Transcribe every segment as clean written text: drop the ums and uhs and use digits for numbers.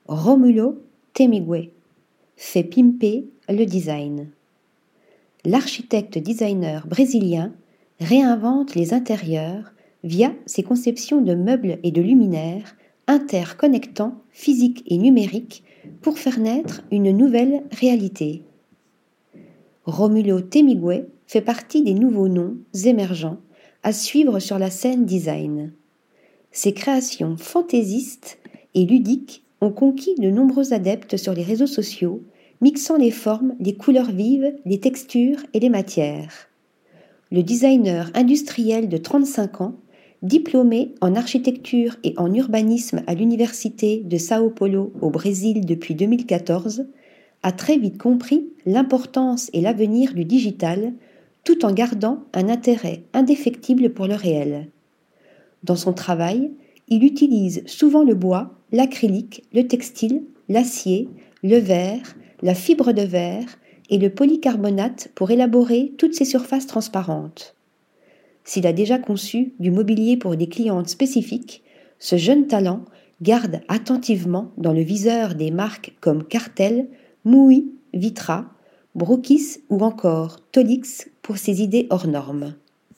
Romulo Temigwe fait pimper le design. L'architecte-designer brésilien réinvente les intérieurs via ses conceptions de meubles et de luminaires interconnectant physique et numérique pour faire naître une nouvelle réalité. Romulo Temigwe fait partie des nouveaux noms émergents à suivre sur la scène design. Ses créations fantaisistes et ludiques ont conquis de nombreux adeptes sur les réseaux sociaux, mixant les formes, les couleurs vives, les textures et les matières. Le designer industriel de 35 ans, diplômé en architecture et en urbanisme à l'université de Sao Paulo au Brésil depuis 2014, a très vite compris l'importance et l'avenir du digital, tout en gardant un intérêt indéfectible pour le réel. Dans son travail, il utilise souvent le bois, l'acrylique, le textile, l'acier, le verre, la fibre de verre et le polycarbonate pour élaborer toutes ces surfaces transparentes. S'il a déjà conçu du mobilier pour des clientes spécifiques, ce jeune talent garde attentivement dans le viseur des marques comme Cartel, Moui, Vitra, Brokis ou encore Tolix pour ses idées hors normes.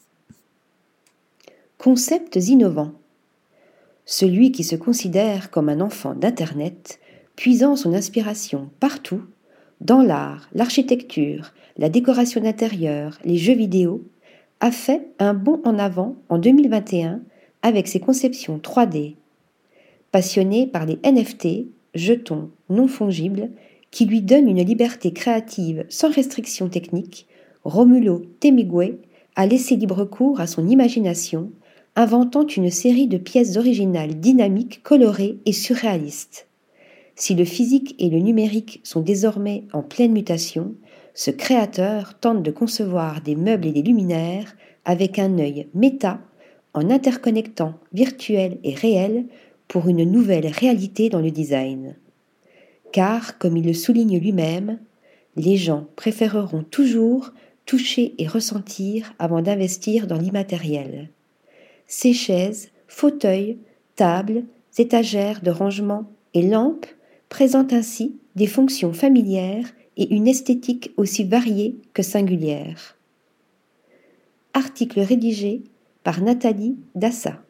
Concepts innovants. Celui qui se considère comme un enfant d'Internet, puisant son inspiration partout, dans l'art, l'architecture, la décoration d'intérieur, les jeux vidéo, a fait un bond en avant en 2021 avec ses conceptions 3D. Passionné par les NFT, jetons non fongibles, qui lui donnent une liberté créative sans restriction technique, Romulo Temigwe a laissé libre cours à son imagination, inventant une série de pièces originales dynamiques, colorées et surréalistes. Si le physique et le numérique sont désormais en pleine mutation, ce créateur tente de concevoir des meubles et des luminaires avec un œil méta, en interconnectant virtuel et réel pour une nouvelle réalité dans le design. Car, comme il le souligne lui-même, les gens préféreront toujours toucher et ressentir avant d'investir dans l'immatériel. Ces chaises, fauteuils, tables, étagères de rangement et lampes présentent ainsi des fonctions familières et une esthétique aussi variée que singulière. Article rédigé par Nathalie Dassa.